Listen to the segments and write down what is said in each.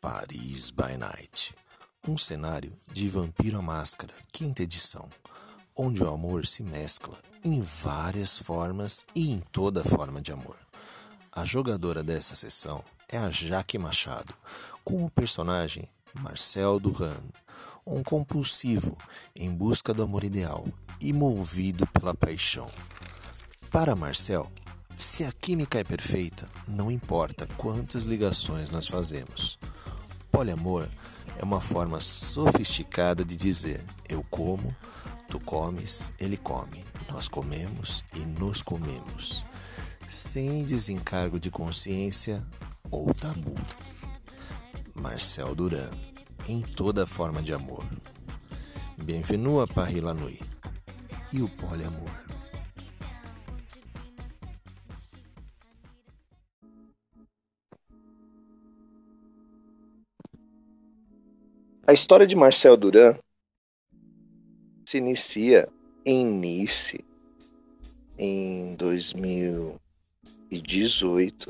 Paris by Night, um cenário de Vampiro à Máscara, quinta edição, onde o amor se mescla em várias formas e em toda forma de amor. A jogadora dessa sessão é a Jaque Machado, com o personagem Marcel Duran, um compulsivo em busca do amor ideal e movido pela paixão. Para Marcel, se a química é perfeita, não importa quantas ligações nós fazemos. Poliamor é uma forma sofisticada de dizer eu como, tu comes, ele come, nós comemos e nos comemos, sem desencargo de consciência ou tabu. Marcel Duran, em toda forma de amor. Bienvenue à Paris la nuit e o poliamor. A história de Marcel Duran se inicia em Nice, em 2018.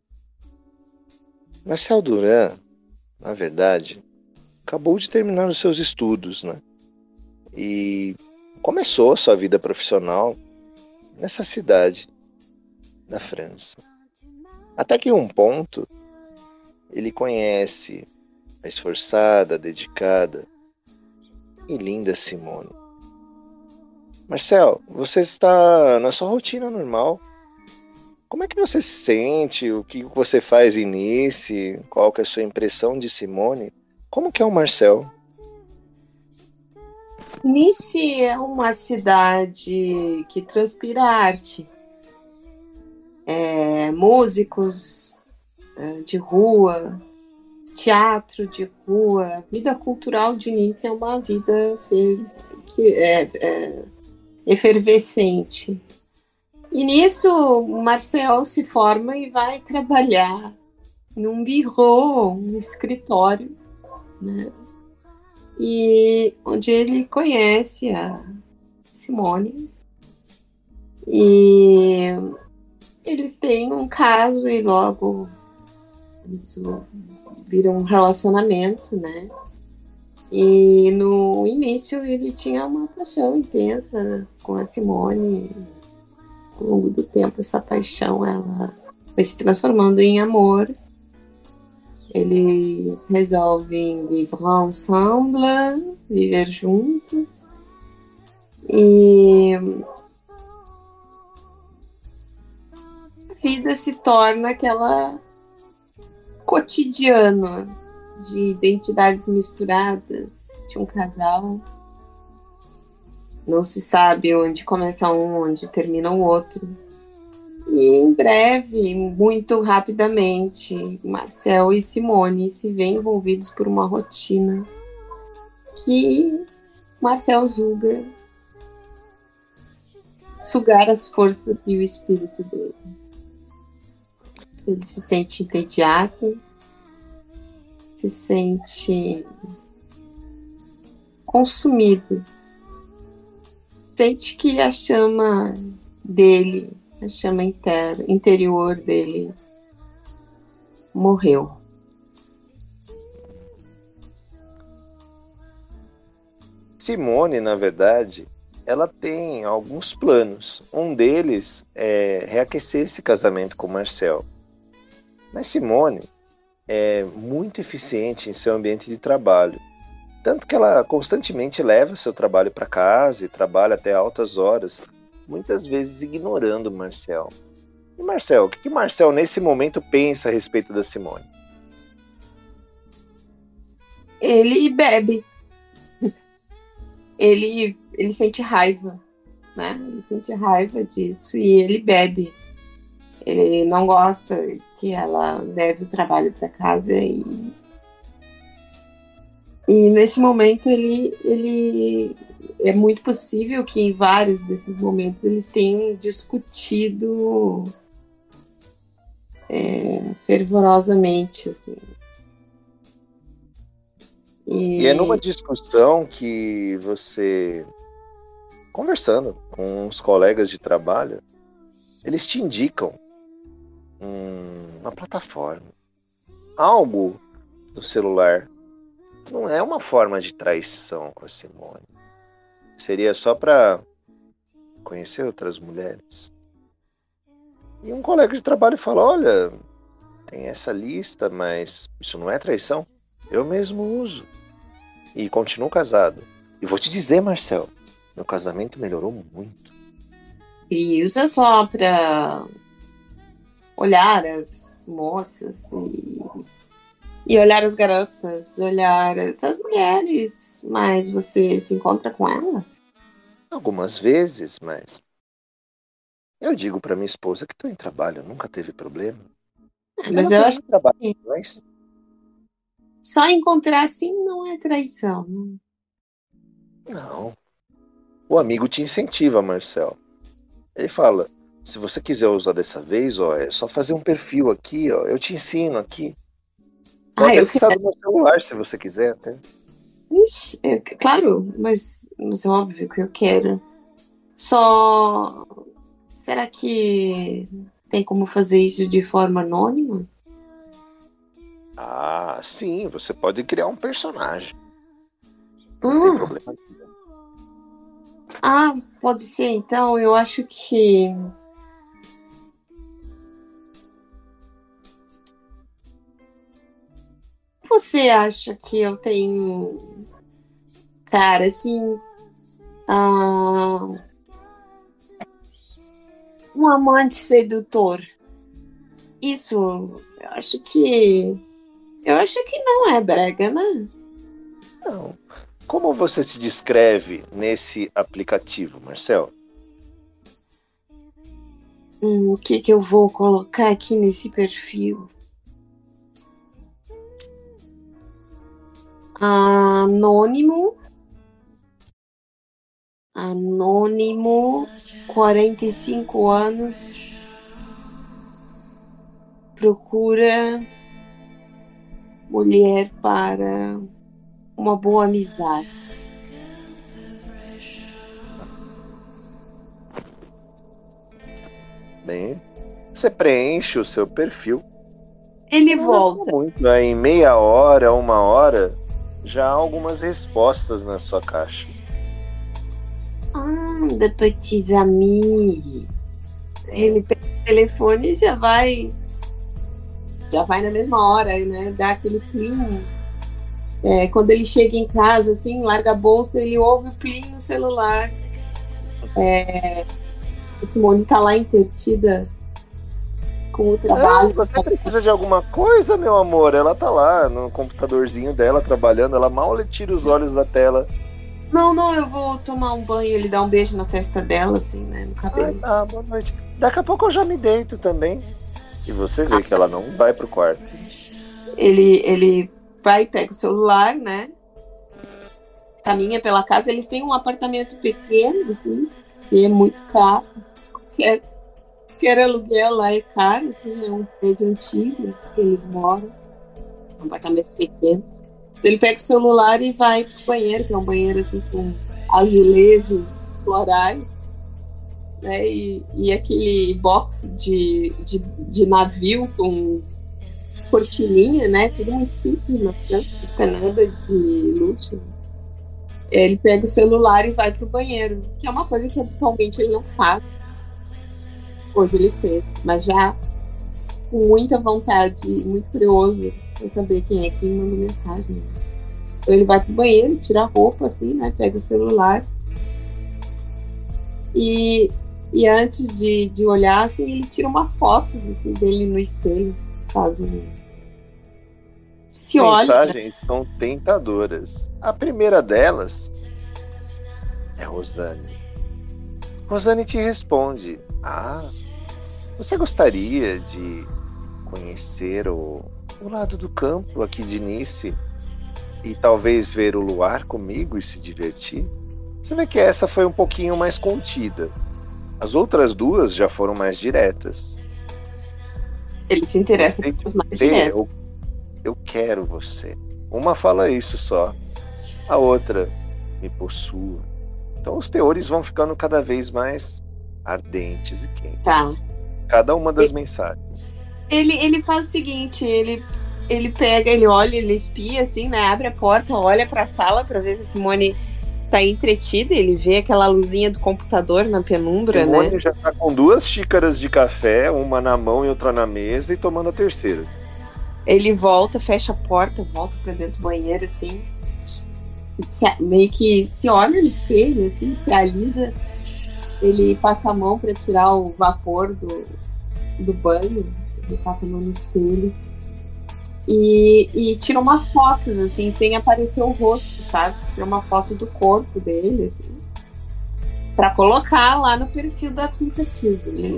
Marcel Duran, na verdade, acabou de terminar os seus estudos, né? E começou a sua vida profissional nessa cidade da França. Até que em um ponto, ele conhece a esforçada, dedicada e linda Simone. Marcel, você está na sua rotina normal. Como é que você se sente? O que você faz em Nice? Qual que é a sua impressão de Simone? Como que é o Marcel? Nice é uma cidade que transpira arte. Músicos de rua, teatro de rua, a vida cultural de Nice é uma vida que é efervescente. E nisso, o Marcel se forma e vai trabalhar num bureau, um escritório, né? E onde ele conhece a Simone. E eles têm um caso e logo isso vira um relacionamento, né? E no início ele tinha uma paixão intensa com a Simone. Ao longo do tempo, essa paixão ela foi se transformando em amor. Eles resolvem vivre ensemble, viver juntos. E a vida se torna aquela cotidiano de identidades misturadas de um casal. Não se sabe onde começa um, onde termina o outro. E em breve, muito rapidamente, Marcel e Simone se veem envolvidos por uma rotina que Marcel julga sugar as forças e o espírito dele. Ele se sente entediado, se sente consumido, sente que a chama dele, a chama interior dele, morreu. Simone, na verdade, ela tem alguns planos. Um deles é reaquecer esse casamento com Marcel. Mas Simone é muito eficiente em seu ambiente de trabalho. Tanto que ela constantemente leva seu trabalho para casa e trabalha até altas horas, muitas vezes ignorando Marcel. E Marcel, o que Marcel nesse momento pensa a respeito da Simone? Ele bebe. Ele sente raiva, né? Ele sente raiva disso e ele bebe. Ele não gosta que ela leve o trabalho para casa e nesse momento ele é muito possível que em vários desses momentos eles tenham discutido fervorosamente, assim. E é numa discussão que você, conversando com uns colegas de trabalho, eles te indicam uma plataforma, algo do celular não é uma forma de traição com a Simone. Seria só para conhecer outras mulheres. E um colega de trabalho falou, olha, tem essa lista, mas isso não é traição. Eu mesmo uso. E continuo casado. E vou te dizer, Marcel, meu casamento melhorou muito. E usa só pra olhar as moças e olhar as garotas, olhar essas mulheres, mas você se encontra com elas? Algumas vezes, mas eu digo pra minha esposa que tô em trabalho, nunca teve problema. Mas Ela eu também acho trabalha, que mas só encontrar assim não é traição. não. O amigo te incentiva, Marcel. Ele fala, se você quiser usar dessa vez, ó, é só fazer um perfil aqui, ó. Eu te ensino aqui. Pode Eu acessar quero. do meu celular se você quiser, até. Ixi, claro, mas é óbvio que eu quero. Só. Será que tem como fazer isso de forma anônima? Ah, sim, você pode criar um personagem. Não tem problema. Pode ser então. Eu acho que. Você acha que eu tenho. Cara, assim. Um amante sedutor. Isso. Eu acho que. Eu acho que não é brega, né? Não. Como você se descreve nesse aplicativo, Marcel? O que eu vou colocar aqui nesse perfil? Anônimo, 45 anos, procura mulher para uma boa amizade. Bem, você preenche o seu perfil. Ele Não volta. muito, né? Em meia hora, 1 hora, já há algumas respostas na sua caixa. De petits amis. Ele pega o telefone e já vai na mesma hora, né? Dá aquele plim. Quando ele chega em casa, assim, larga a bolsa, ele ouve o plim no celular. A Simone tá lá entretida com o trabalho. Você precisa de alguma coisa, meu amor? Ela tá lá no computadorzinho dela, trabalhando. Ela mal lhe tira os olhos da tela. Não, eu vou tomar um banho. Ele dá um beijo na testa dela, assim, né, no cabelo. Boa noite. Daqui a pouco eu já me deito também. E você vê que ela não vai pro quarto. Ele vai, pega o celular, né? Caminha pela casa. Eles têm um apartamento pequeno, assim, que é muito caro. Quer aluguel lá é caro, assim, é um prédio antigo que eles moram. Um apartamento pequeno. Então ele pega o celular e vai pro banheiro, que é um banheiro assim com azulejos florais, né? E aquele box de navio com cortininha, né? Tudo muito simples na França, não fica nada de luxo. Ele pega o celular e vai pro banheiro, que é uma coisa que habitualmente ele não faz. Hoje ele fez, mas já com muita vontade, muito curioso pra saber quem é que mandou mensagem. Então ele vai pro banheiro, tira a roupa, assim, né? Pega o celular. E antes de olhar, assim, ele tira umas fotos assim, dele no espelho. Caso se olha. As mensagens são tentadoras. A primeira delas é Rosane. Rosane te responde: você gostaria de conhecer o lado do campo aqui de Nice e talvez ver o luar comigo e se divertir? Você vê que essa foi um pouquinho mais contida. As outras duas já foram mais diretas. Ele se interessa pelos mais diretos. Eu quero você. Uma fala isso só. A outra, me possua. Então os teores vão ficando cada vez mais ardentes e quentes. Tá. Cada uma das mensagens. Ele faz o seguinte, ele ele pega, ele olha, ele espia, assim, né? Abre a porta, olha pra sala pra ver se a Simone tá entretida. Ele vê aquela luzinha do computador na penumbra, Simone, né? já tá com 2 xícaras de café, uma na mão e outra na mesa, e tomando a terceira. Ele volta, fecha a porta, volta pra dentro do banheiro, assim. Meio que se olha no espelho, assim, se alisa. Ele passa a mão pra tirar o vapor do banho. Ele passa a mão no espelho. E tira umas fotos, assim, sem aparecer o rosto, sabe? Tira uma foto do corpo dele, assim, pra colocar lá no perfil do aplicativo.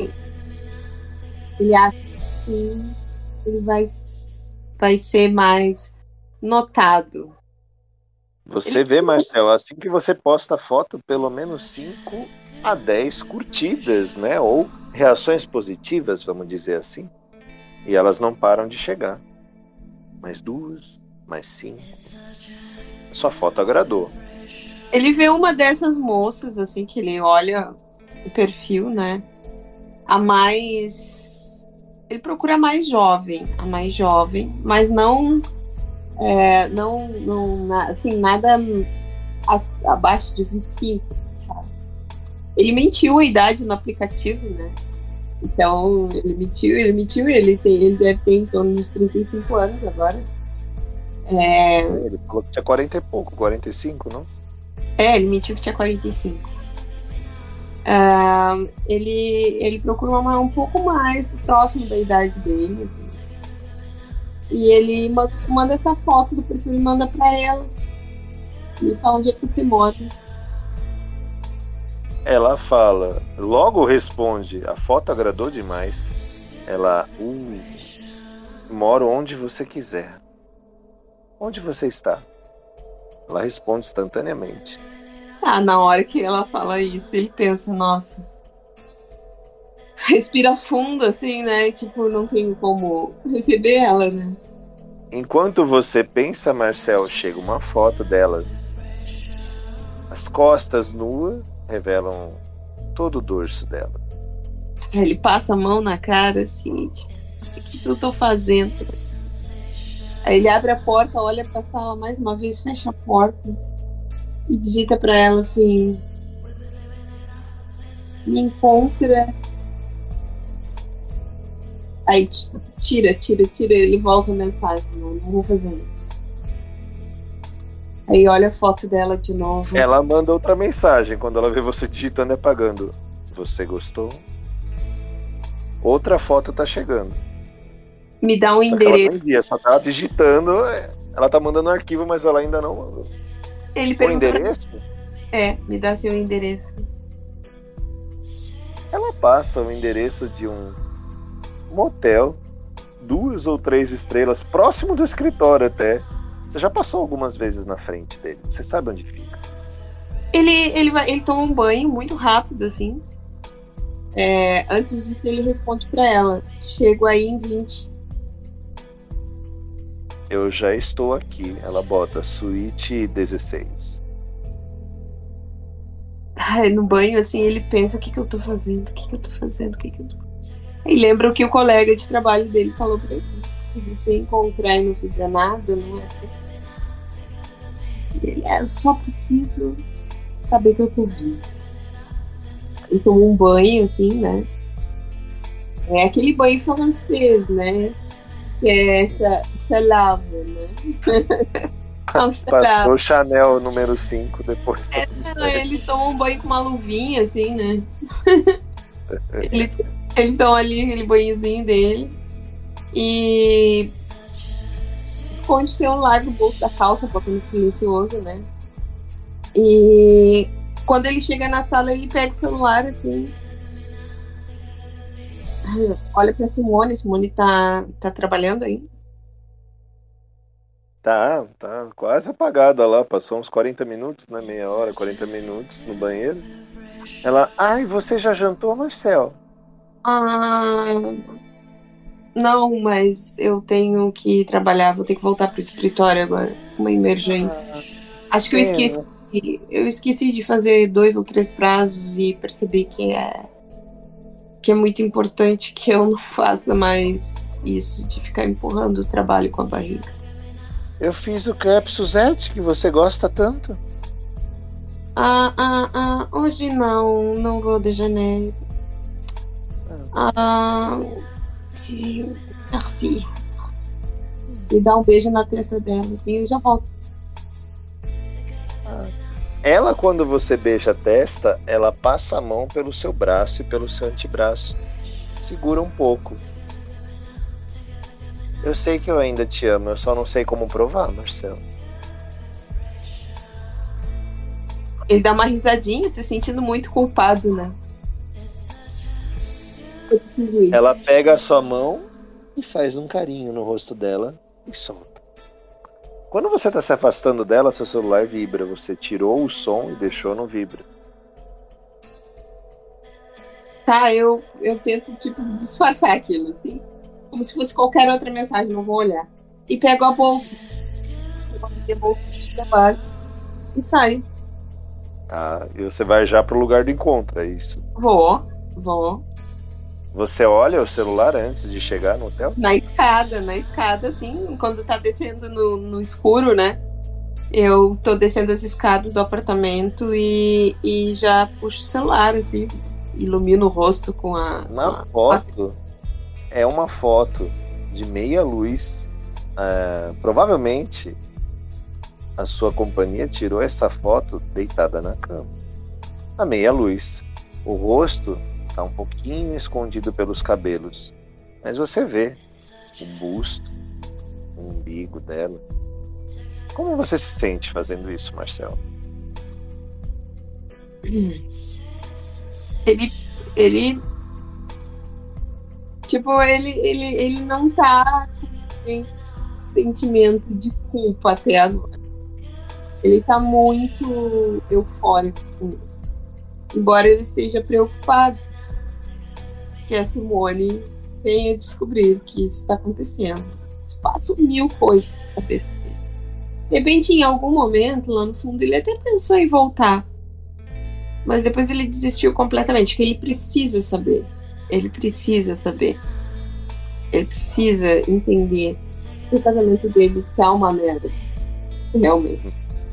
Ele acha que ele vai ser mais notado. Você vê, Marcel, assim que você posta a foto, pelo menos 5 a 10 curtidas, né? Ou reações positivas, vamos dizer assim. E elas não param de chegar. Mais 2, mais 5. Sua foto agradou. Ele vê uma dessas moças, assim, que ele olha o perfil, né? A mais... Ele procura a mais jovem, mas não assim, nada abaixo de 25, sabe? Ele mentiu a idade no aplicativo, né? Então, ele mentiu, ele deve ter em torno dos 35 anos agora. Ele falou que tinha 40 e pouco, 45, não? Ele mentiu que tinha 45. Ele procura uma um pouco mais próximo da idade dele, assim. E ele manda essa foto do perfil e manda pra ela. E fala onde é que você mora. Ela fala, logo responde, a foto agradou demais. Ela, moro onde você quiser. Onde você está? Ela responde instantaneamente. Na hora que ela fala isso, ele pensa, nossa. Respira fundo, assim, né? Tipo, não tem como receber ela, né? Enquanto você pensa, Marcel, chega uma foto dela. As costas nuas revelam todo o dorso dela. Ele passa a mão na cara, assim, tipo, o que eu tô fazendo? Aí ele abre a porta, olha pra sala mais uma vez, fecha a porta e digita pra ela assim: me encontra. Aí tira, ele volta a mensagem: não vou fazer isso. Aí olha a foto dela de novo. Ela manda outra mensagem quando ela vê você digitando e apagando. Você gostou? Outra foto tá chegando. Me dá um endereço. Ela só tá digitando, ela tá mandando um arquivo, mas ela ainda não mandou. Ele perguntou. O endereço? Me dá seu endereço. Ela passa o endereço de um motel, 2 ou 3 estrelas, próximo do escritório até. Você já passou algumas vezes na frente dele, você sabe onde fica. Ele toma um banho muito rápido, assim. Antes disso, ele responde pra ela: chego aí em 20. Eu já estou aqui. Ela bota suíte 16. No banho, assim, ele pensa: o que eu tô fazendo? Aí lembra o que o colega de trabalho dele falou pra ele: se você encontrar e não fizer nada, não é assim. Ele: eu só preciso saber que eu tô vivo. Ele tomou um banho, assim, né? É aquele banho francês, né? Que é essa lava, né? Passou o Chanel número 5 depois. Ele toma um banho com uma luvinha, assim, né? ele toma ali aquele banhozinho dele e esconde o celular no bolso da calça, botando silencioso, né? E quando ele chega na sala, ele pega o celular, assim, olha pra Simone. Simone tá trabalhando aí? Tá quase apagada lá. Passou uns 40 minutos, né? Meia hora, 40 minutos no banheiro. Ela: ai, você já jantou, Marcel? Não, mas eu tenho que trabalhar. Vou ter que voltar pro escritório agora. Uma emergência. Acho que eu esqueci de fazer 2 ou 3 prazos e percebi que é muito importante que eu não faça mais isso de ficar empurrando o trabalho com a barriga. Eu fiz o crepe Suzette, que você gosta tanto. Hoje não vou de janeiro. Sim, merci. E dá um beijo na testa dela, assim, eu já volto. Ela, quando você beija a testa, ela passa a mão pelo seu braço e pelo seu antebraço. Segura um pouco. Eu sei que eu ainda te amo, eu só não sei como provar, Marcelo. Ele dá uma risadinha, se sentindo muito culpado, né? Eu preciso ir. Ela pega a sua mão e faz um carinho no rosto dela e solta. Quando você está se afastando dela, seu celular vibra. Você tirou o som e deixou no vibra. Tá, eu tento, tipo, disfarçar aquilo, assim. Como se fosse qualquer outra mensagem, não vou olhar. E pego a bolsa. Eu vou a bolsa de trabalho e saio. E você vai já pro lugar do encontro, é isso? Vou. Você olha o celular antes de chegar no hotel? Na escada, assim, quando tá descendo no escuro, né? Eu tô descendo as escadas do apartamento e já puxo o celular, assim, ilumino o rosto com a... foto, é uma foto de meia luz. Provavelmente a sua companhia tirou essa foto deitada na cama. A meia luz. O rosto está um pouquinho escondido pelos cabelos, mas você vê o busto, o umbigo dela. Como você se sente fazendo isso, Marcelo? Ele tipo, ele não tá com sentimento de culpa até agora. Ele tá muito eufórico com isso. Embora ele esteja preocupado que a Simone venha descobrir que isso está acontecendo. Passam mil coisas na cabeça dele. De repente, em algum momento, lá no fundo, ele até pensou em voltar. Mas depois ele desistiu completamente, porque ele precisa saber. Ele precisa entender que o casamento dele tá uma merda. Realmente.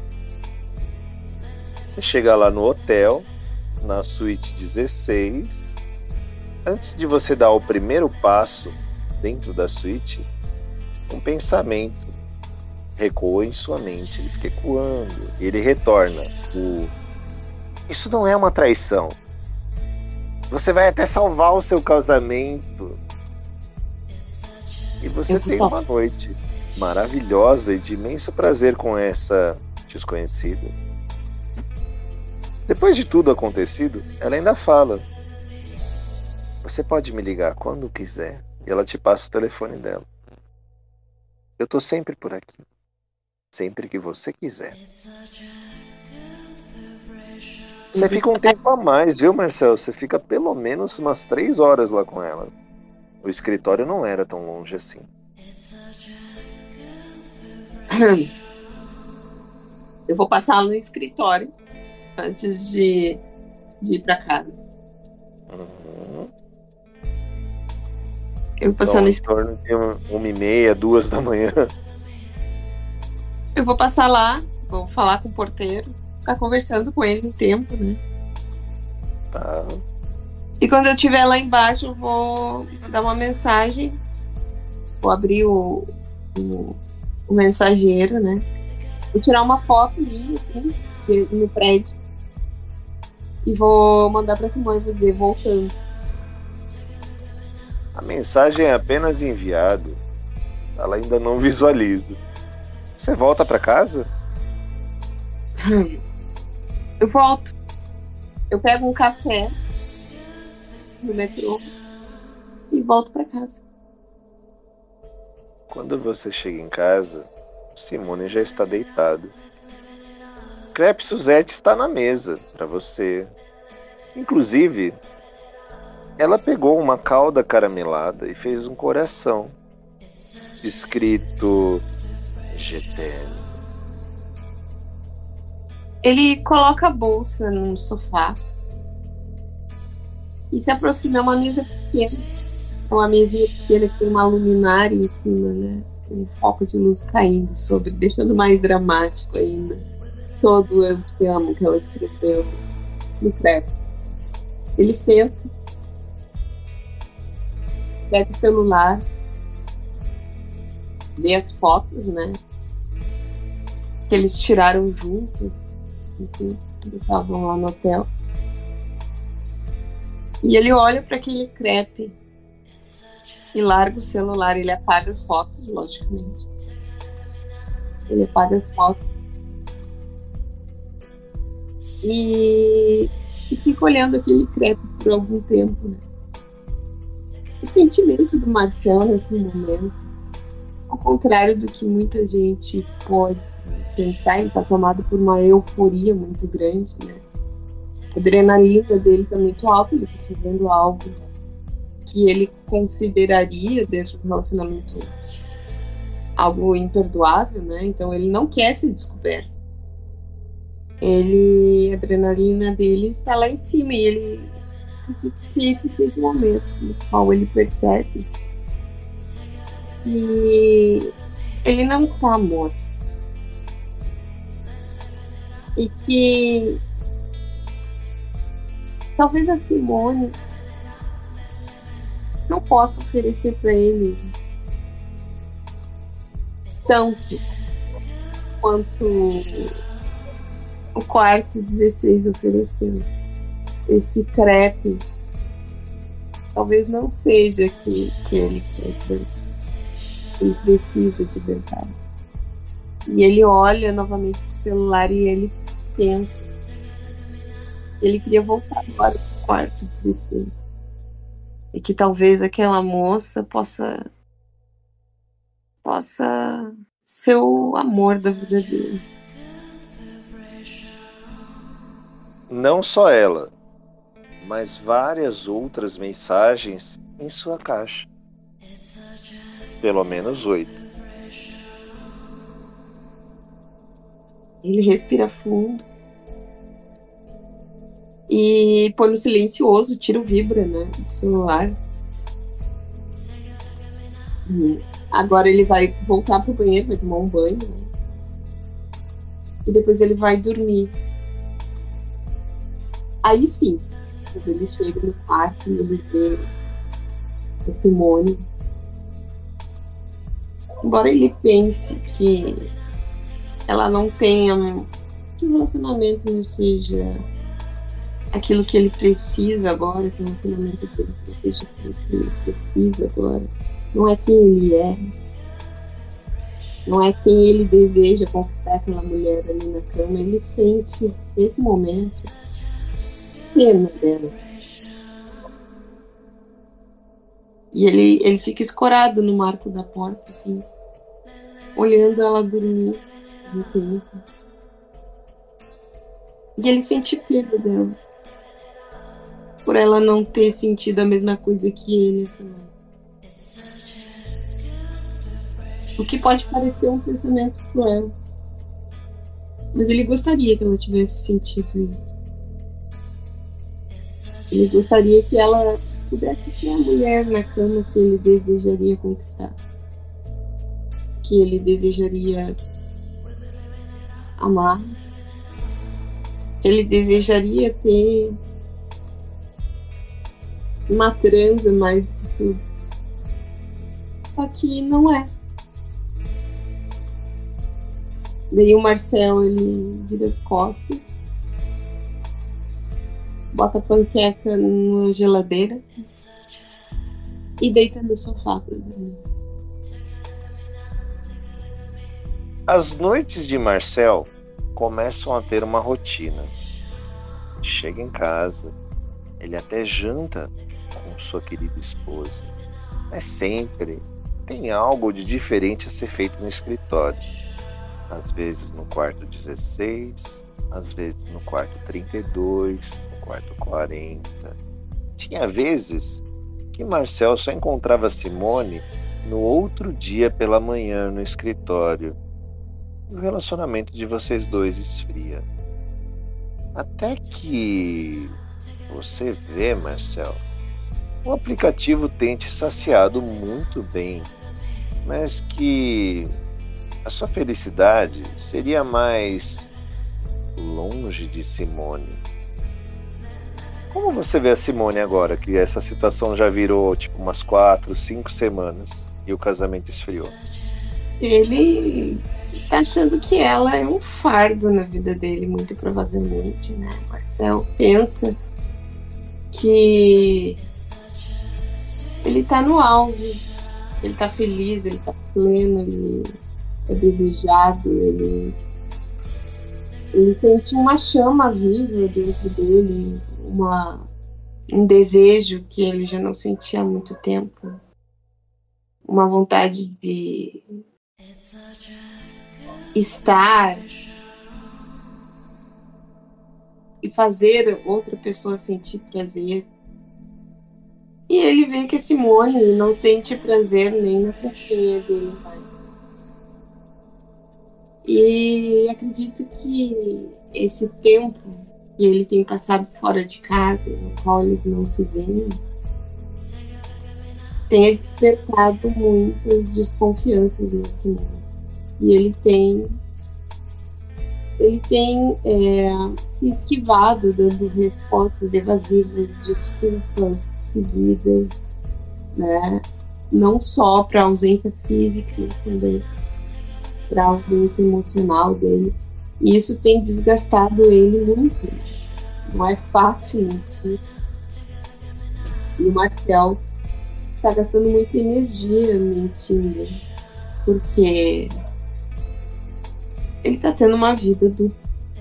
Você chega lá no hotel, na suíte 16. Antes de você dar o primeiro passo dentro da suíte, um pensamento recuou em sua mente. Ele fica ecoando. Ele retorna. Isso não é uma traição. Você vai até salvar o seu casamento. E você tem uma noite maravilhosa e de imenso prazer com essa desconhecida. Depois de tudo acontecido, ela ainda fala: você pode me ligar quando quiser. E ela te passa o telefone dela. Eu tô sempre por aqui. Sempre que você quiser. Você fica um tempo a mais, viu, Marcelo? Você fica pelo menos umas 3 horas lá com ela. O escritório não era tão longe assim. Eu vou passar no escritório antes de ir pra casa. Eu vou passar no escritório de 1h30, 2 da manhã. Eu vou passar lá, vou falar com o porteiro, ficar conversando com ele um tempo, né? Tá. E quando eu estiver lá embaixo, eu vou dar uma mensagem. Vou abrir o mensageiro, né? Vou tirar uma foto minha, assim, no prédio. E vou mandar pra Simone, vou dizer, voltando. A mensagem é apenas enviada. Ela ainda não visualiza. Você volta pra casa? Eu volto. Eu pego um café no metrô e volto pra casa. Quando você chega em casa, Simone já está deitada. Crepe Suzette está na mesa para você. Inclusive, ela pegou uma calda caramelada e fez um coração escrito Je t'aime. Ele coloca a bolsa no sofá e se aproxima, é uma mesa pequena. É uma mesinha pequena que tem uma luminária em cima, né? Tem um foco de luz caindo sobre, deixando mais dramático ainda. Todo eu te amo que ela escreveu no crepe. Ele senta, pega o celular, vê as fotos, né? Que eles tiraram juntos, enfim, eles estavam lá no hotel. E ele olha para aquele crepe e larga o celular. Ele apaga as fotos, logicamente. Ele apaga as fotos. E fica olhando aquele crepe por algum tempo, né? O sentimento do Marcel nesse momento, ao contrário do que muita gente pode pensar, ele está tomado por uma euforia muito grande, né? A adrenalina dele está muito alta, ele está fazendo algo que ele consideraria dentro do relacionamento algo imperdoável, né? Então ele não quer ser descoberto. A adrenalina dele está lá em cima e ele esse seja o momento no qual ele percebe que ele não está morto e que talvez a Simone não possa oferecer para ele tanto quanto o quarto 16 ofereceu. Esse crepe talvez não seja que ele quer, ele precisa de verdade. E ele olha novamente pro celular e ele pensa, ele queria voltar agora pro quarto 16 e que talvez aquela moça possa ser o amor da vida dele. Não só ela, mas várias outras mensagens em sua caixa. Pelo menos 8. Ele respira fundo e põe no silencioso, tira o vibra, né, do celular. Agora ele vai voltar pro banheiro, vai tomar um banho, né? E depois ele vai dormir. Aí sim, quando ele chega no quarto e ele vê a Simone, embora ele pense que ela não tenha, que o relacionamento não seja aquilo que ele precisa agora, que o relacionamento dele não seja aquilo que ele precisa agora, não é quem ele é, não é quem ele deseja conquistar aquela mulher ali na cama, ele sente esse momento pena dela. E ele fica escorado no marco da porta, assim, olhando ela dormir no tempo. E ele sente pena dela, por ela não ter sentido a mesma coisa que ele essa noite. O que pode parecer um pensamento cruel, mas ele gostaria que ela tivesse sentido isso. Ele gostaria que ela pudesse ser a mulher na cama que ele desejaria conquistar, que ele desejaria amar, ele desejaria ter uma transa mais do que tudo. Só que não é. Daí o Marcel, ele vira as costas, bota a panqueca na geladeira e deita no sofá pra dormir. As noites de Marcel começam a ter uma rotina. Chega em casa, ele até janta com sua querida esposa, mas sempre tem algo de diferente a ser feito no escritório. Às vezes no quarto 16, às vezes no quarto 32, no quarto 40. Tinha vezes que Marcel só encontrava Simone no outro dia pela manhã no escritório. E o relacionamento de vocês dois esfria. Até que você vê, Marcel, o aplicativo tem te saciado muito bem, mas que a sua felicidade seria mais longe de Simone. Como você vê a Simone agora, que essa situação já virou tipo umas 4, 5 semanas e o casamento esfriou? Ele tá achando que ela é um fardo na vida dele, muito provavelmente, né? Marcel pensa que ele tá no auge, ele tá feliz, ele tá pleno, ele é desejado, ele sente uma chama viva dentro dele, um desejo que ele já não sentia há muito tempo, uma vontade de estar e fazer outra pessoa sentir prazer. E ele vê que a Simone não sente prazer nem na companhia dele mais. E acredito que esse tempo que ele tem passado fora de casa, no qual eles não se veem, tenha despertado muitas desconfianças na Simone. E ele tem se esquivado, dando respostas evasivas, desculpas seguidas, né? Não só para a ausência física, mas também para a ausência emocional dele. E isso tem desgastado ele muito. Não é fácil mentir. E o Marcel está gastando muita energia mentindo, porque ele tá tendo uma vida dupla.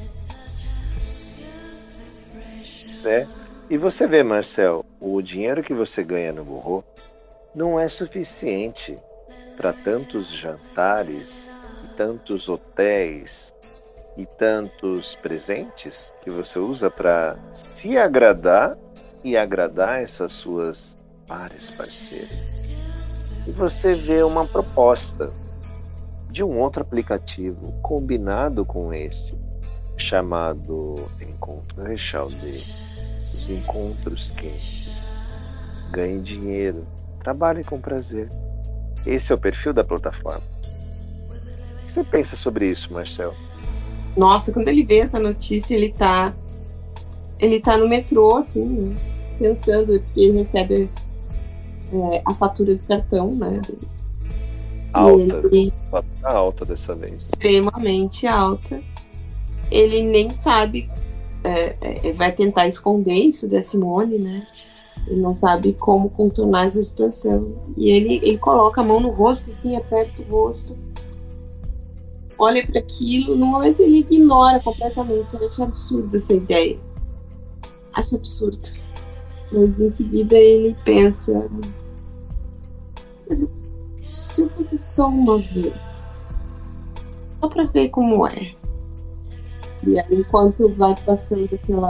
E você vê, Marcel, o dinheiro que você ganha no Burro não é suficiente para tantos jantares, e tantos hotéis e tantos presentes que você usa para se agradar e agradar essas suas várias parceiras. E você vê uma proposta de um outro aplicativo combinado com esse, chamado Encontro Rechalde, os encontros quentes. Ganhe dinheiro, trabalhe com prazer. Esse é o perfil da plataforma. O que você pensa sobre isso, Marcel? Nossa, quando ele vê essa notícia, ele tá no metrô, assim, né? Pensando que ele recebe a fatura de cartão, né? Alta dessa vez. Extremamente alta. Ele nem sabe, vai tentar esconder isso da Simone, né? Ele não sabe como contornar essa situação. E ele coloca a mão no rosto, assim, aperta o rosto, olha para aquilo. No momento ele ignora completamente. Ele acha absurda essa ideia. Acha absurdo. Mas em seguida ele pensa: se eu fosse só uma vez, só pra ver como é. E aí, enquanto vai passando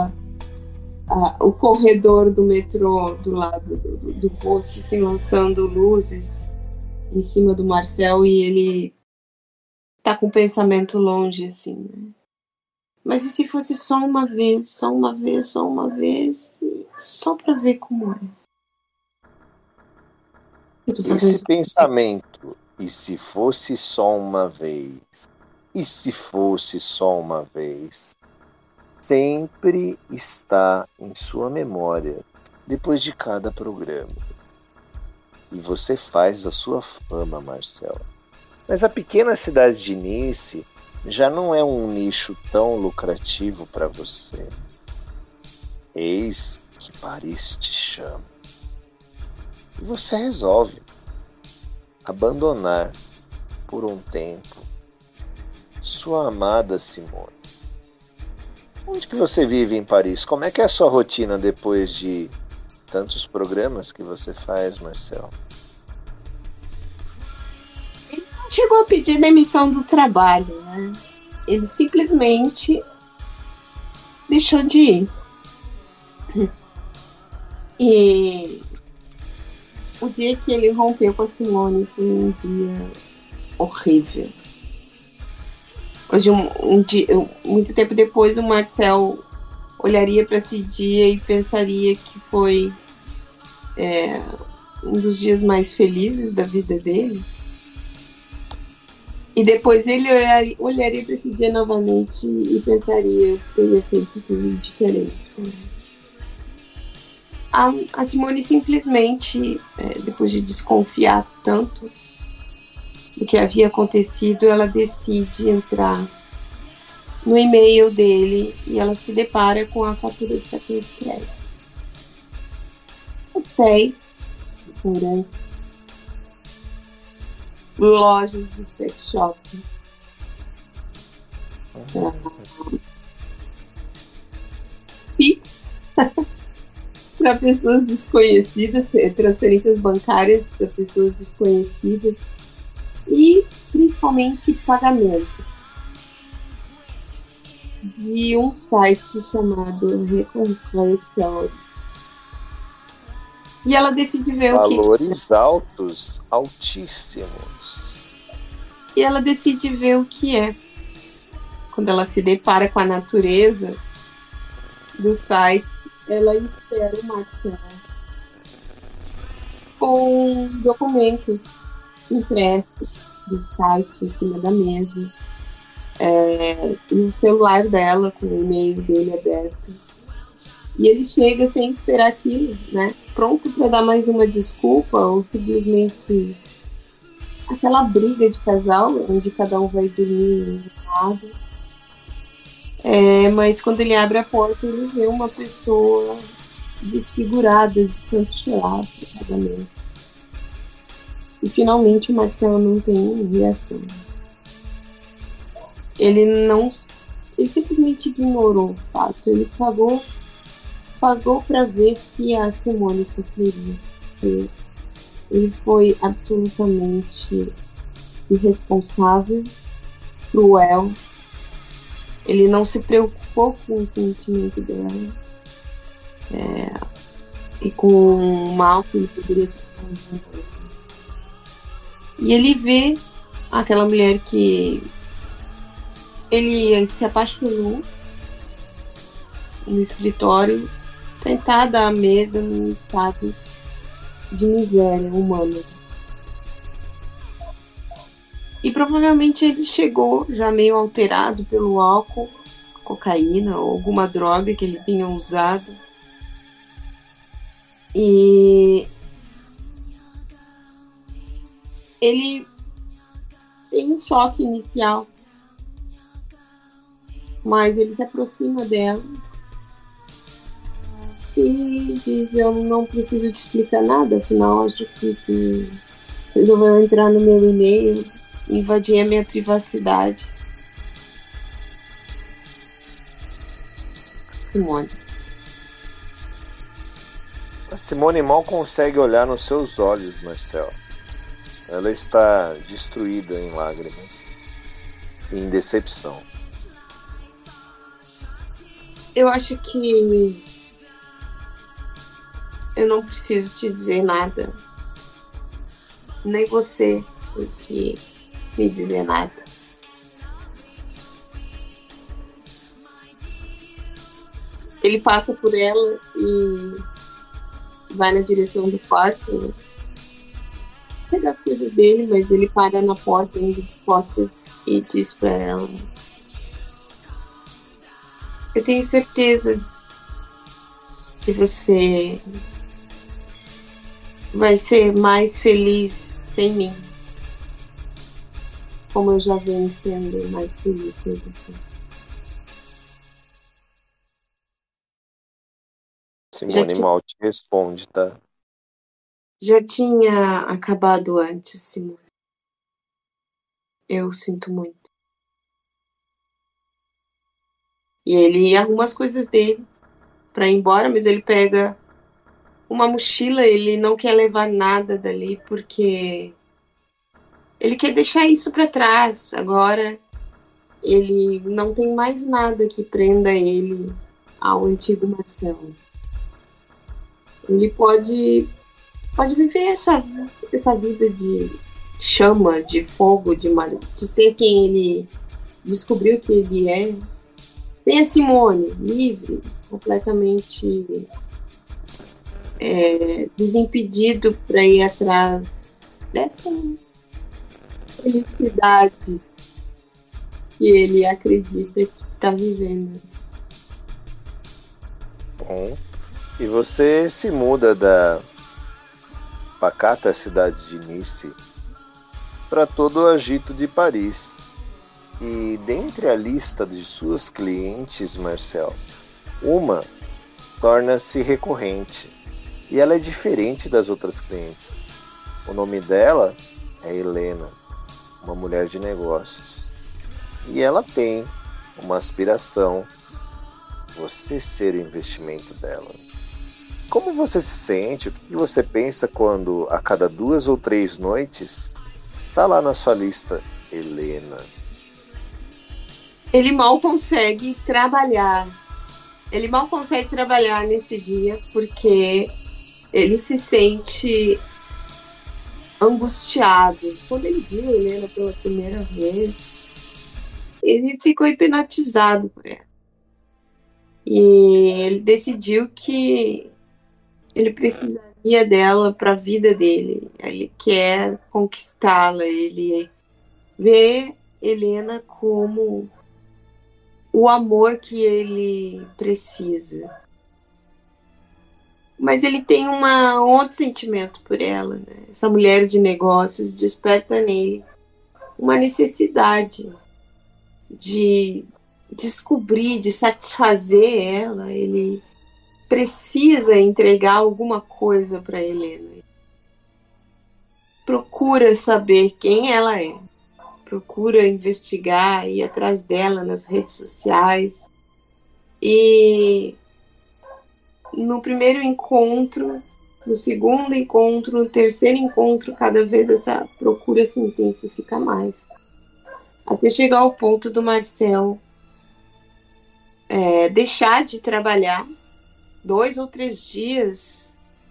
o corredor do metrô do lado do posto, assim, lançando luzes em cima do Marcel, e ele tá com o pensamento longe, assim, né? Mas e se fosse só uma vez, só uma vez, só uma vez, só pra ver como é? Esse pensamento, e se fosse só uma vez, e se fosse só uma vez, sempre está em sua memória depois de cada programa. E você faz a sua fama, Marcel. Mas a pequena cidade de Nice já não é um nicho tão lucrativo para você. Eis que Paris te chama. E você resolve abandonar por um tempo sua amada Simone. Onde que você vive em Paris? Como é que é a sua rotina depois de tantos programas que você faz, Marcel? Ele não chegou a pedir demissão do trabalho, né? Ele simplesmente deixou de ir. E o dia que ele rompeu com a Simone foi um dia horrível. Hoje, um dia, muito tempo depois, o Marcel olharia para esse dia e pensaria que foi um dos dias mais felizes da vida dele. E depois ele olharia para esse dia novamente e pensaria: eu teria feito tudo diferente. A Simone simplesmente, depois de desconfiar tanto do que havia acontecido, ela decide entrar no e-mail dele e ela se depara com a fatura de cartão de crédito. Hotéis, restaurantes, lojas de sex shop, Pix para pessoas desconhecidas, transferências bancárias para pessoas desconhecidas e principalmente pagamentos de um site chamado Reconciliation. E ela decide ver valores altos, altíssimos. E ela decide ver o que é. Quando ela se depara com a natureza do site, ela espera o Marcel com documentos impressos de site em cima da mesa, no celular dela com o e-mail dele aberto. E ele chega sem esperar aquilo, né? Pronto para dar mais uma desculpa ou simplesmente aquela briga de casal onde cada um vai dormir um lado. Mas quando ele abre a porta, ele vê uma pessoa desfigurada de tanto chorar no casamento. E finalmente o Marcel não tem reação. Ele simplesmente ignorou o fato. Ele pagou para ver se a Simone sofreria. Ele foi absolutamente irresponsável, cruel. Ele não se preocupou com o sentimento dela e com o mal que ele poderia ter causado. E ele vê aquela mulher que ele se apaixonou no escritório, sentada à mesa num estado de miséria humana. E provavelmente ele chegou já meio alterado pelo álcool, cocaína ou alguma droga que ele tinha usado. E ele tem um choque inicial, mas ele se aproxima dela e diz: eu não preciso te explicar nada, afinal acho que resolveu entrar no meu e-mail, invadir a minha privacidade. Simone. A Simone mal consegue olhar nos seus olhos, Marcel. Ela está destruída em lágrimas e em decepção. Eu acho que eu não preciso te dizer nada. Nem você porque me dizer nada. Ele passa por ela e vai na direção do quarto, né? Pegar as coisas dele, mas ele para na porta de costas e diz pra ela: eu tenho certeza que você vai ser mais feliz sem mim, como eu já venho sendo mais feliz sem você. Simone mal te responde, tá? Já tinha acabado antes, Simone. Eu sinto muito. E ele arruma as coisas dele pra ir embora, mas ele pega uma mochila, ele não quer levar nada dali porque ele quer deixar isso pra trás. Agora ele não tem mais nada que prenda ele ao antigo Marcelo. Ele pode viver essa vida de chama, de fogo, de ser quem ele descobriu que ele é. Tem a Simone, livre, completamente desimpedido para ir atrás dessa felicidade que ele acredita que está vivendo. Bom, e você se muda da pacata cidade de Nice para todo o agito de Paris. E dentre a lista de suas clientes, Marcel, uma torna-se recorrente e ela é diferente das outras clientes. O nome dela é Helena, uma mulher de negócios. E ela tem uma aspiração, você ser o investimento dela. Como você se sente? O que você pensa quando a cada 2 ou 3 noites está lá na sua lista Helena? Ele mal consegue trabalhar. Ele mal consegue trabalhar nesse dia porque ele se sente angustiado. Quando ele viu a Helena pela primeira vez, ele ficou hipnotizado por ela. E ele decidiu que ele precisaria dela para a vida dele. Ele quer conquistá-la. Ele vê Helena como o amor que ele precisa. Mas ele tem um outro sentimento por ela, né? Essa mulher de negócios desperta nele uma necessidade de descobrir, de satisfazer ela. Ele precisa entregar alguma coisa para Helena. Procura saber quem ela é. Procura investigar, ir atrás dela nas redes sociais. E no primeiro encontro, no segundo encontro, no terceiro encontro, cada vez essa procura se intensifica mais. Até chegar ao ponto do Marcel deixar de trabalhar 2 ou 3 dias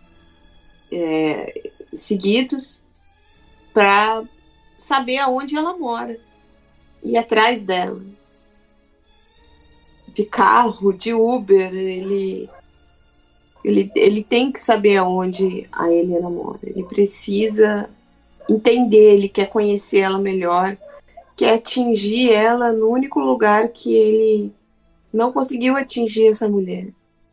seguidos para saber aonde ela mora, ir atrás dela. De carro, de Uber, ele tem que saber aonde a Helena mora. Ele precisa entender, ele quer conhecer ela melhor, quer atingir ela no único lugar que ele não conseguiu atingir essa mulher.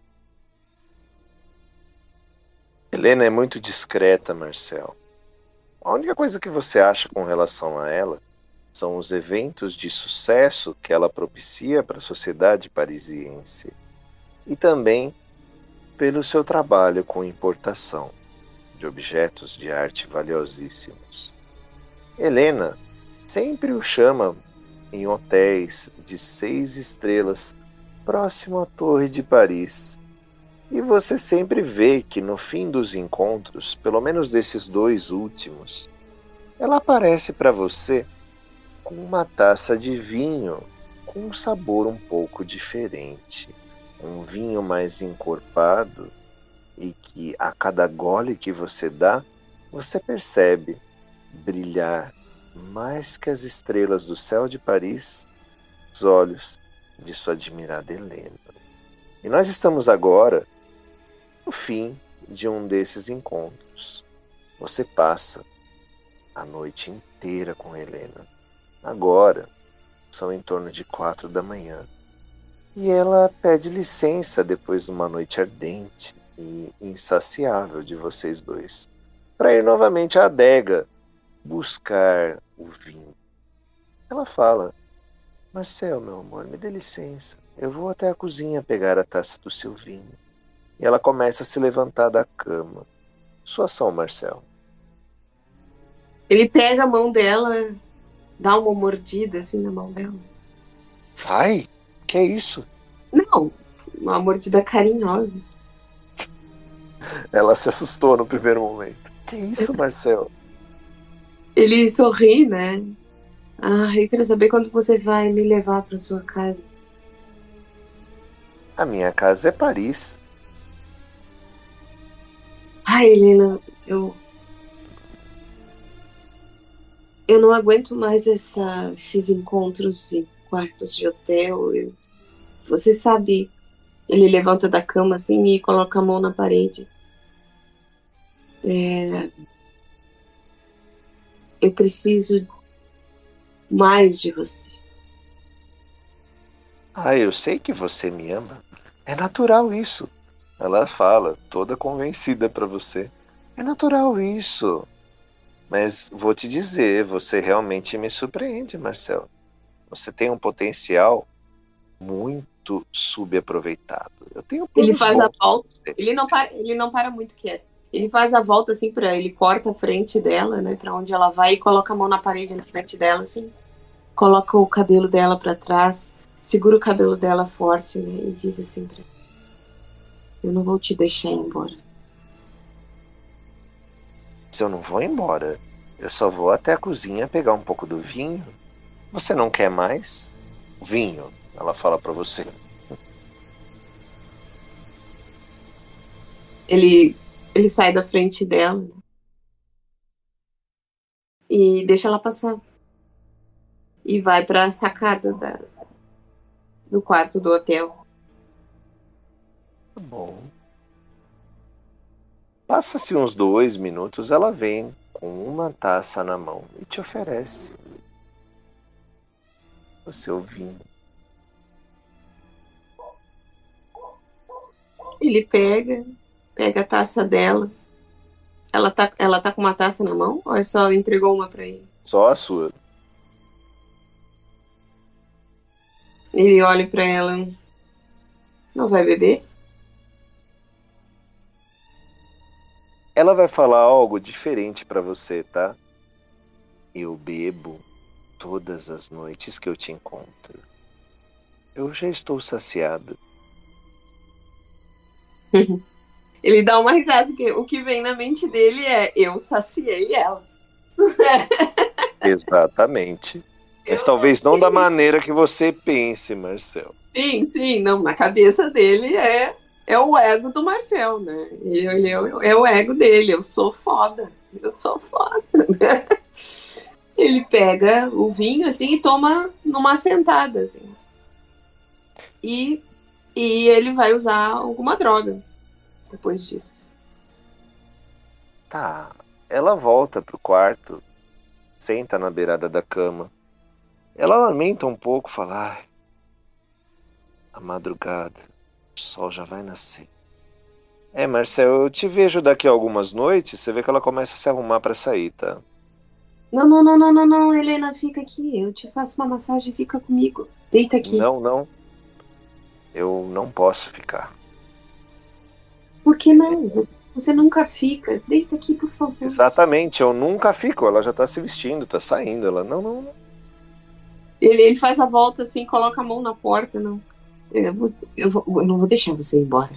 Helena é muito discreta, Marcel. A única coisa que você acha com relação a ela são os eventos de sucesso que ela propicia para a sociedade parisiense e também pelo seu trabalho com importação de objetos de arte valiosíssimos. Helena sempre o chama em hotéis de 6 estrelas próximo à Torre de Paris. E você sempre vê que no fim dos encontros, pelo menos desses 2 últimos, ela aparece para você com uma taça de vinho com um sabor um pouco diferente. Um vinho mais encorpado e que a cada gole que você dá, você percebe brilhar mais que as estrelas do céu de Paris os olhos de sua admirada Helena. E nós estamos agora no fim de um desses encontros. Você passa a noite inteira com Helena. Agora são em torno de 4 da manhã. E ela pede licença depois de uma noite ardente e insaciável de vocês dois, para ir novamente à adega buscar o vinho. Ela fala: Marcel, meu amor, me dê licença. Eu vou até a cozinha pegar a taça do seu vinho. E ela começa a se levantar da cama. Sua ação, Marcel. Ele pega a mão dela, dá uma mordida assim na mão dela. Ai, que é isso? Não, uma mordida carinhosa. Ela se assustou no primeiro momento. Que isso, Marcel? Ele sorri, né? Eu quero saber quando você vai me levar para sua casa. A minha casa é Paris. Helena, eu não aguento mais esses encontros em quartos de hotel. Você sabe, ele levanta da cama assim e coloca a mão na parede. Eu preciso mais de você. Eu sei que você me ama. É natural isso. Ela fala, toda convencida pra você. É natural isso. Mas vou te dizer, você realmente me surpreende, Marcelo. Você tem um potencial muito subaproveitado. Eu tenho Ele planos faz a bons pra volta, você. ele não para muito quieto. Ele faz a volta assim ele corta a frente dela, né, para onde ela vai e coloca a mão na parede na frente dela assim. Coloca o cabelo dela para trás, segura o cabelo dela forte, né, e diz assim pra ela: eu não vou te deixar ir embora. Se eu não vou embora, eu só vou até a cozinha pegar um pouco do vinho. Você não quer mais? Vinho, ela fala pra você. Ele sai da frente dela, né, e deixa ela passar. E vai para a sacada do quarto do hotel. Tá bom. Passa-se uns 2 minutos, ela vem com uma taça na mão e te oferece o seu vinho. Ele pega a taça dela. Ela tá com uma taça na mão ou é só ela entregou uma para ele? Só a sua. Ele olha para ela. Não vai beber? Ela vai falar algo diferente pra você, tá? Eu bebo todas as noites que eu te encontro. Eu já estou saciado. Ele dá uma risada, porque o que vem na mente dele é: eu saciei ela. Exatamente. Mas Eu talvez não saciei. da maneira que você pense, Marcel. Sim, não, na cabeça dele é o ego do Marcel, né? É o ego dele, eu sou foda. Ele pega o vinho assim e toma numa sentada, assim. E ele vai usar alguma droga depois disso. Tá. Ela volta pro quarto, senta na beirada da cama. Ela lamenta um pouco, fala: ai, a madrugada, o sol já vai nascer. Marcel, eu te vejo daqui a algumas noites. Você vê que ela começa a se arrumar pra sair, tá? Não, Helena, fica aqui. Eu te faço uma massagem, fica comigo. Deita aqui. Não. Eu não posso ficar. Por que não? Você nunca fica. Deita aqui, por favor. Exatamente, eu nunca fico. Ela já tá se vestindo, tá saindo. Ela, não. Ele faz a volta assim, coloca a mão na porta. Não. Eu não vou deixar você ir embora.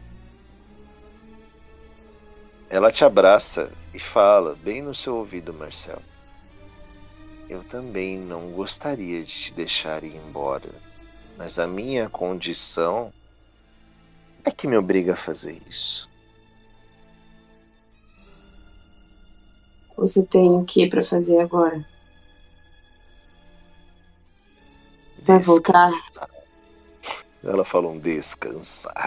Ela te abraça e fala bem no seu ouvido, Marcel: eu também não gostaria de te deixar ir embora, mas a minha condição é que me obriga a fazer isso. Você tem o que para fazer agora? Vai voltar? Ela fala descansar.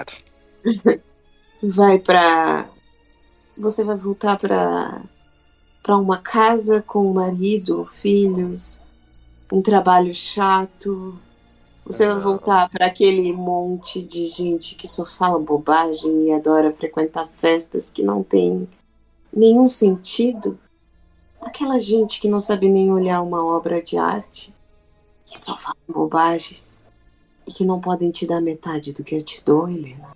Você vai voltar para uma casa com um marido, filhos, um trabalho chato. Você vai voltar para aquele monte de gente que só fala bobagem e adora frequentar festas que não tem nenhum sentido. Aquela gente que não sabe nem olhar uma obra de arte, que só fala bobagens e que não podem te dar metade do que eu te dou, Helena.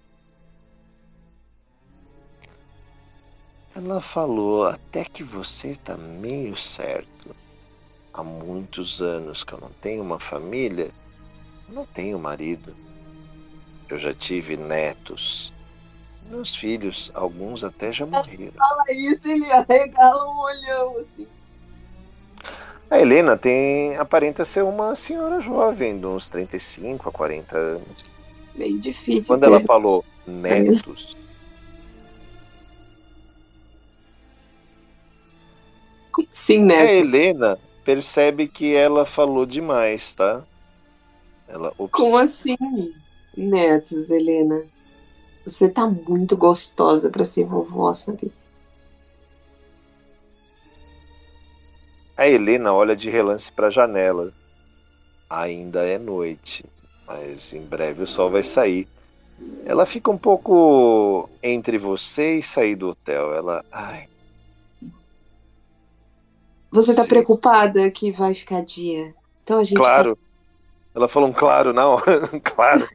Ela falou: até que você tá meio certo. Há muitos anos que eu não tenho uma família, eu não tenho marido. Eu já tive netos. Meus filhos, alguns até já morreram. Fala isso, ele arregala um olhão assim. A Helena aparenta ser uma senhora jovem, de uns 35 a 40 anos. Meio difícil. Quando ela falou netos, sim, a netos. Helena percebe que ela falou demais, tá? Como assim, netos, Helena? Você tá muito gostosa pra ser vovó, sabe? A Helena olha de relance para a janela. Ainda é noite, mas em breve o sol vai sair. Ela fica um pouco entre você e sair do hotel. Ai, Você tá se... preocupada que vai ficar dia. Então a gente faz. Claro. Ela falou um claro na hora. Claro.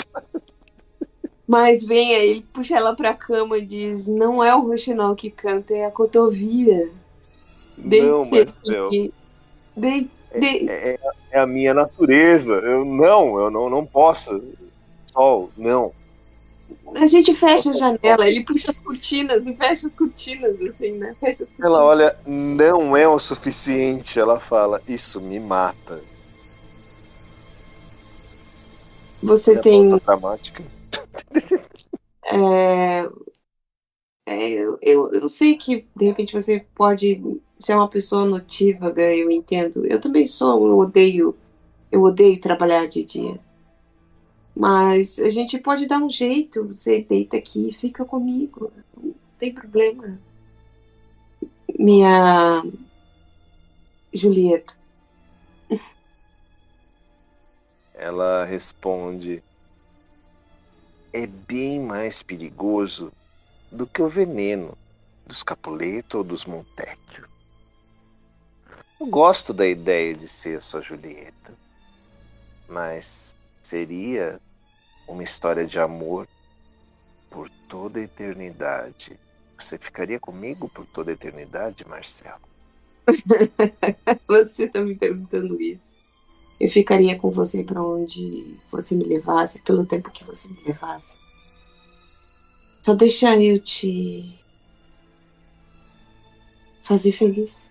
Mas vem aí, ele puxa ela pra cama e diz: não é o roxinol que canta, é a cotovia. Não, Deite-se Marcel. aqui. De... É a minha natureza. Eu não posso. Sol, não. A gente fecha a janela, ele puxa as cortinas e fecha as cortinas, assim, né? Fecha as Ela cortinas. olha, não é o suficiente. Ela fala, isso me mata. Você Olha a pausa tem. dramática. é, eu sei que de repente você pode ser uma pessoa notívaga, eu entendo. Eu também sou, eu odeio trabalhar de dia. Mas a gente pode dar um jeito. Você deita aqui e fica comigo. Não tem problema. Minha Julieta. Ela responde, é bem mais perigoso do que o veneno dos Capuleto ou dos Montecchio. Eu gosto da ideia de ser a sua Julieta, mas seria uma história de amor por toda a eternidade. Você ficaria comigo por toda a eternidade, Marcelo? Você tá me perguntando isso. Eu ficaria com você para onde você me levasse, pelo tempo que você me levasse. Só deixa eu te fazer feliz.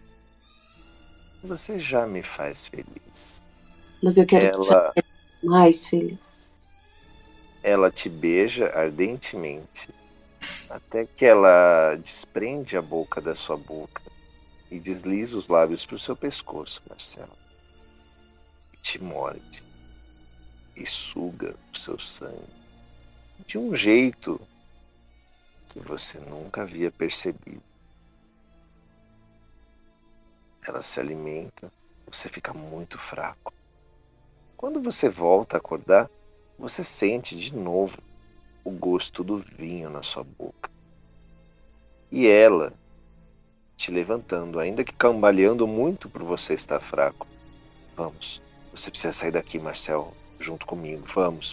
Você já me faz feliz. Mas eu quero te fazer mais feliz. Ela te beija ardentemente, até que ela desprende a boca da sua boca e desliza os lábios para o seu pescoço, Marcelo. E te morde e suga o seu sangue de um jeito que você nunca havia percebido. Ela se alimenta, você fica muito fraco. Quando você volta a acordar, você sente de novo o gosto do vinho na sua boca. E ela te levantando, ainda que cambaleando muito por você estar fraco. Vamos, você precisa sair daqui, Marcel, junto comigo. Vamos.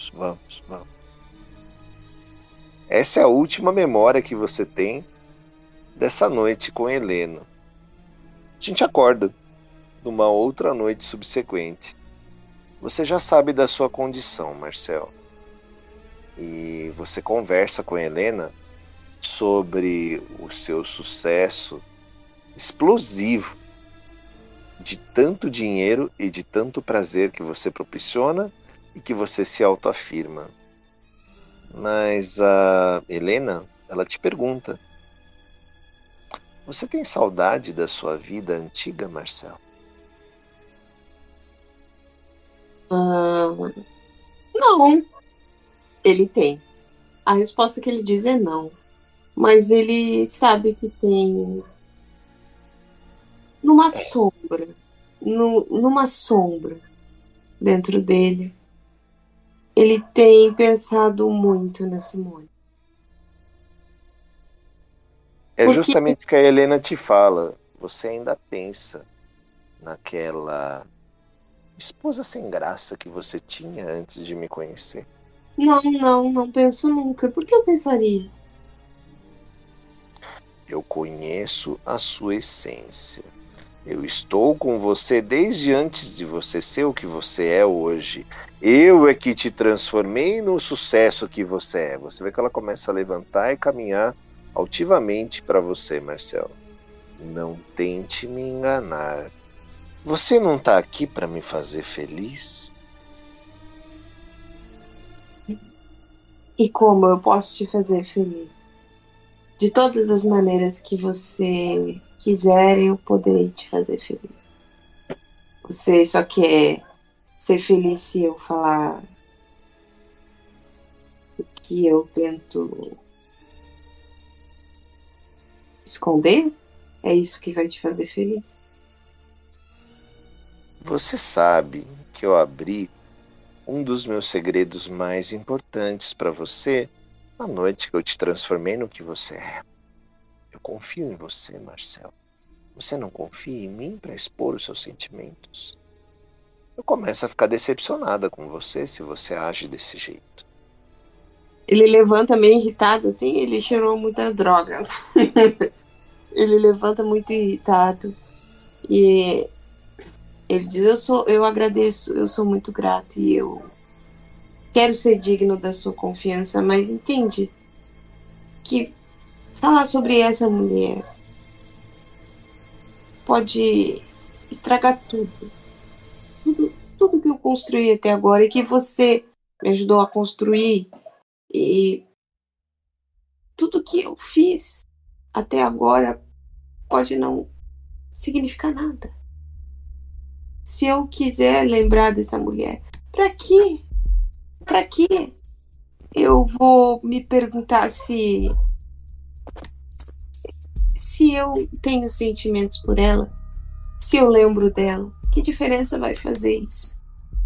Essa é a última memória que você tem dessa noite com Helena. A gente acorda numa outra noite subsequente. Você já sabe da sua condição, Marcel. E você conversa com Helena sobre o seu sucesso explosivo de tanto dinheiro e de tanto prazer que você propiciona e que você se autoafirma. Mas a Helena, ela te pergunta: você tem saudade da sua vida antiga, Marcel? Não, ele tem. A resposta que ele diz é não. Mas ele sabe que tem numa sombra, numa sombra dentro dele. Ele tem pensado muito na Simone. É Porque justamente o que a Helena te fala. Você ainda pensa naquela esposa sem graça que você tinha antes de me conhecer. não penso nunca. Por que eu pensaria? Eu conheço a sua essência. Eu estou com você desde antes de você ser o que você é hoje. Eu é que te transformei no sucesso que você é. Você vê que ela começa a levantar e caminhar altivamente para você, Marcel. Não tente me enganar. Você não está aqui para me fazer feliz? E como eu posso te fazer feliz? De todas as maneiras que você quiser, eu poderei te fazer feliz. Você só quer ser feliz se eu falar o que eu tento esconder? É isso que vai te fazer feliz? você sabe que eu abri um dos meus segredos mais importantes para você na noite que eu te transformei no que você é. Eu confio em você, Marcel. Você não confia em mim para expor os seus sentimentos? Eu começo a ficar decepcionada com você se você age desse jeito. Ele levanta meio irritado, assim, ele cheirou muita droga. Ele levanta muito irritado. E ele diz, eu agradeço, eu sou muito grato e eu quero ser digno da sua confiança, mas entende que falar sobre essa mulher pode estragar tudo. Tudo que eu construí até agora e que você me ajudou a construir e tudo que eu fiz até agora pode não significar nada. Se eu quiser lembrar dessa mulher, pra quê? Pra quê? Eu vou me perguntar se eu tenho sentimentos por ela, se eu lembro dela. Que diferença vai fazer isso?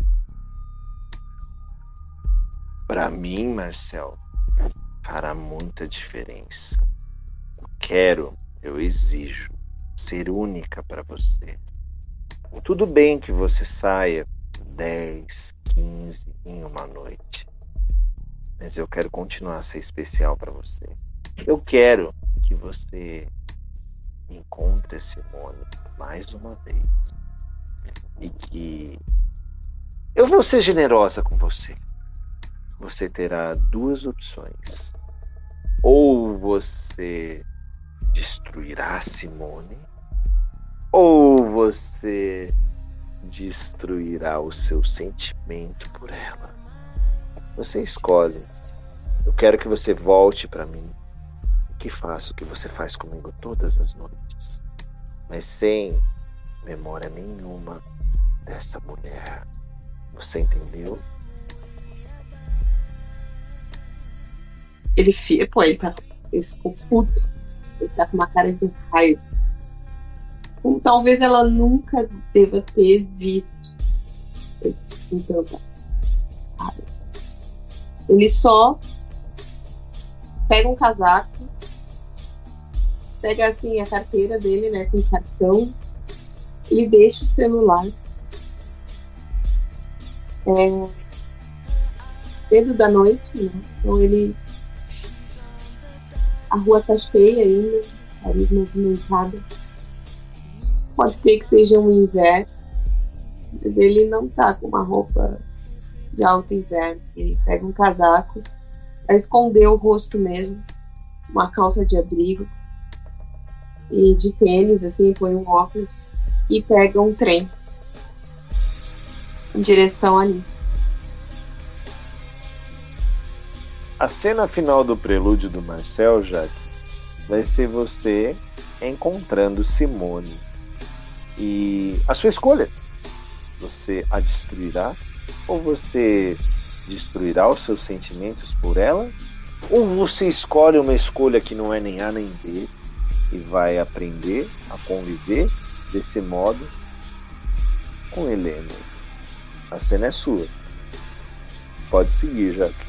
Para mim, Marcel, fará muita diferença. Eu exijo ser única para você. Tudo bem que você saia 10, 15 em uma noite, mas eu quero continuar a ser especial para você. Eu quero que você encontre a Simone mais uma vez e que eu vou ser generosa com você. Você terá duas opções. Ou você destruirá a Simone, ou você destruirá o seu sentimento por ela. Você escolhe. Eu quero que você volte para mim e que faça o que você faz comigo todas as noites, mas sem memória nenhuma dessa mulher. Você entendeu? Ele ficou puto. Ele tá com uma cara de raiva. Como talvez ela nunca deva ter visto. Então, ele só pega um casaco, pega assim a carteira dele, né, com cartão, e deixa o celular. Cedo da noite, né? Então a rua tá cheia ainda, Paris movimentada. Pode ser que seja um inverno, mas ele não tá com uma roupa de alto inverno. Ele pega um casaco pra esconder o rosto mesmo, uma calça de abrigo e de tênis, assim, põe um óculos e pega um trem em direção ali. A cena final do prelúdio do Marcel, Jaque, vai ser você encontrando Simone. E a sua escolha, você a destruirá ou você destruirá os seus sentimentos por ela? Ou você escolhe uma escolha que não é nem A nem B e vai aprender a conviver desse modo com Helena? A cena é sua. Pode seguir, Jaque.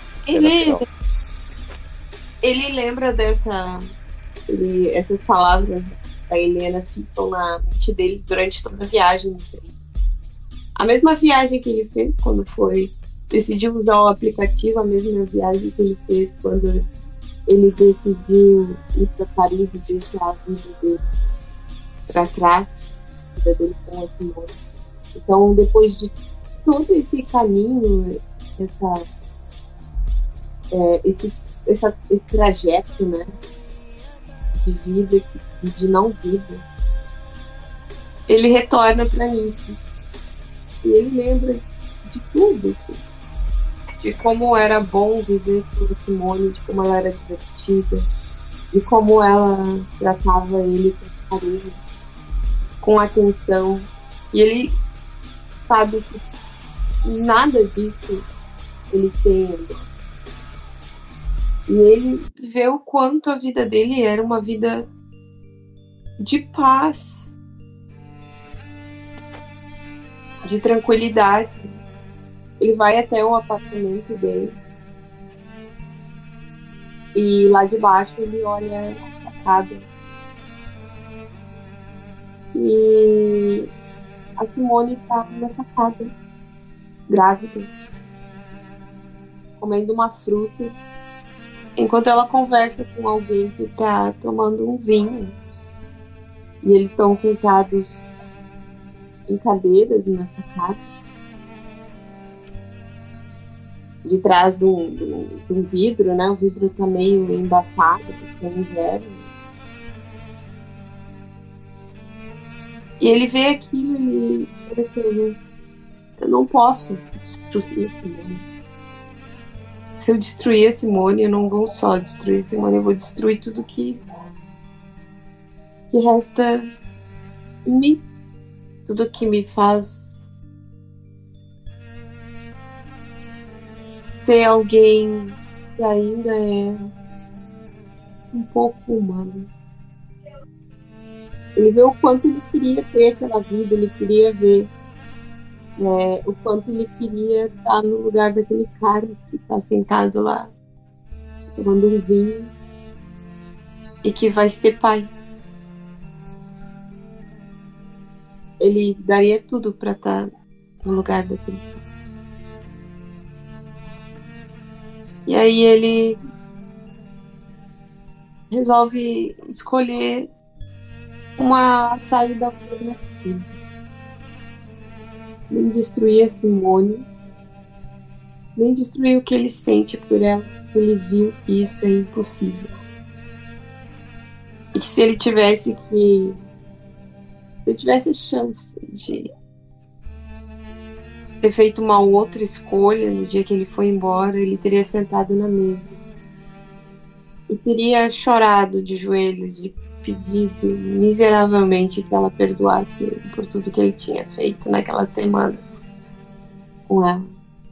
Ele lembra essas palavras da Helena ficam na mente dele durante toda a viagem. A mesma viagem que ele fez quando decidiu usar o aplicativo, a mesma viagem que ele fez quando ele decidiu ir para Paris e deixar a vida dele para trás, a vida dele com a Simone. Então, depois de todo esse caminho, esse trajeto, né, de vida e de não vida, ele retorna para isso e ele lembra de tudo, de como era bom viver com a Simone, de como ela era divertida, de como ela tratava ele com carinho, com atenção, e ele sabe que nada disso ele tem ainda. E ele vê o quanto a vida dele era uma vida de paz. de tranquilidade. Ele vai até o apartamento dele e lá de baixo ele olha a sacada e a Simone está na sacada, grávida, comendo uma fruta, enquanto ela conversa com alguém que está tomando um vinho. E eles estão sentados em cadeiras nessa casa, de trás de um vidro, né? O vidro tá meio embaçado, porque é inverno. E ele vê aquilo e ele assim, eu não posso destruir a Simone. Se eu destruir a Simone, eu não vou só destruir a Simone, eu vou destruir tudo que resta em mim. Tudo que me faz ser alguém que ainda é um pouco humano. Ele vê o quanto ele queria ter aquela vida, ele queria ver o quanto ele queria estar no lugar daquele cara que está sentado lá, tomando um vinho, e que vai ser pai. Ele daria tudo para estar no lugar daquele cara. E aí ele resolve escolher uma saída alternativa. Nem destruir a Simone, nem destruir o que ele sente por ela, porque ele viu que isso é impossível. E que se ele tivesse chance de ter feito uma outra escolha no dia que ele foi embora, ele teria sentado na mesa e teria chorado de joelhos e pedido miseravelmente que ela perdoasse ele por tudo que ele tinha feito naquelas semanas com ela.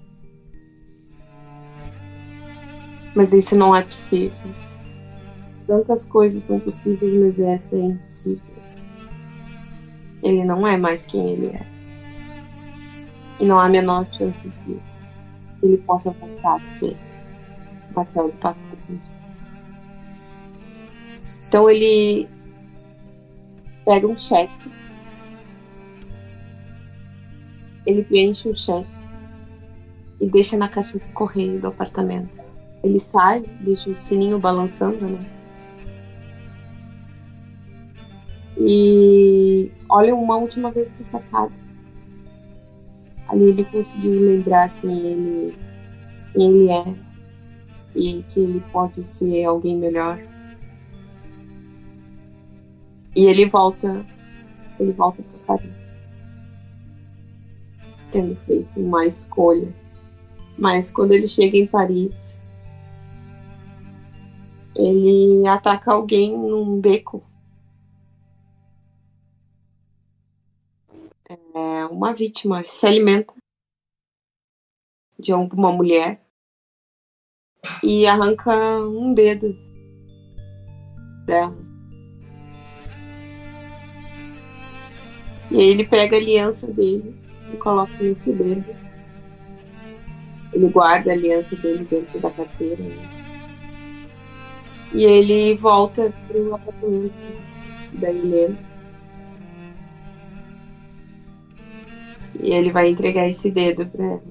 Mas isso não é possível. Tantas coisas são possíveis, mas essa é impossível. Ele não é mais quem ele é. E não há a menor chance de que ele possa voltar a ser Marcel do passado. Então ele pega um cheque, ele preenche o cheque e deixa na caixa de correio do apartamento. Ele sai, deixa o sininho balançando, né? E olha uma última vez para essa casa. Ali ele conseguiu lembrar quem ele é e que ele pode ser alguém melhor. E ele volta para Paris, tendo feito uma escolha. Mas quando ele chega em Paris, ele ataca alguém num beco. Uma vítima se alimenta de uma mulher e arranca um dedo dela. E aí ele pega a aliança dele e coloca nesse dedo. Ele guarda a aliança dele dentro da carteira. E ele volta pro apartamento da Helena. E ele vai entregar esse dedo pra ela.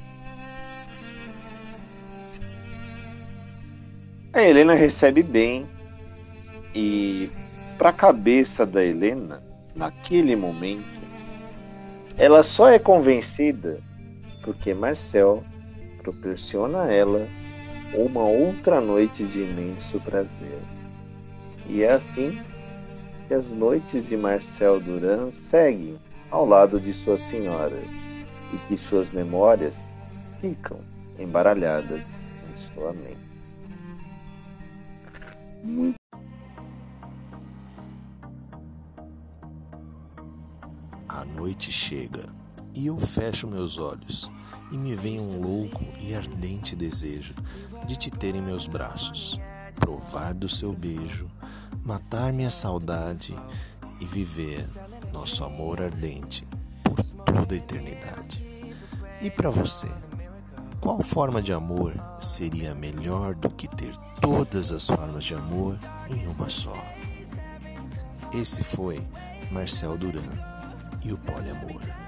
A Helena recebe bem. E pra cabeça da Helena, naquele momento, ela só é convencida porque Marcel proporciona a ela uma outra noite de imenso prazer. E é assim que as noites de Marcel Duran seguem ao lado de sua senhora e que suas memórias ficam embaralhadas em sua mente. A noite chega e eu fecho meus olhos e me vem um louco e ardente desejo de te ter em meus braços, provar do seu beijo, matar minha saudade e viver nosso amor ardente por toda a eternidade. E para você, qual forma de amor seria melhor do que ter todas as formas de amor em uma só? Esse foi Marcel Duran e o poliamor.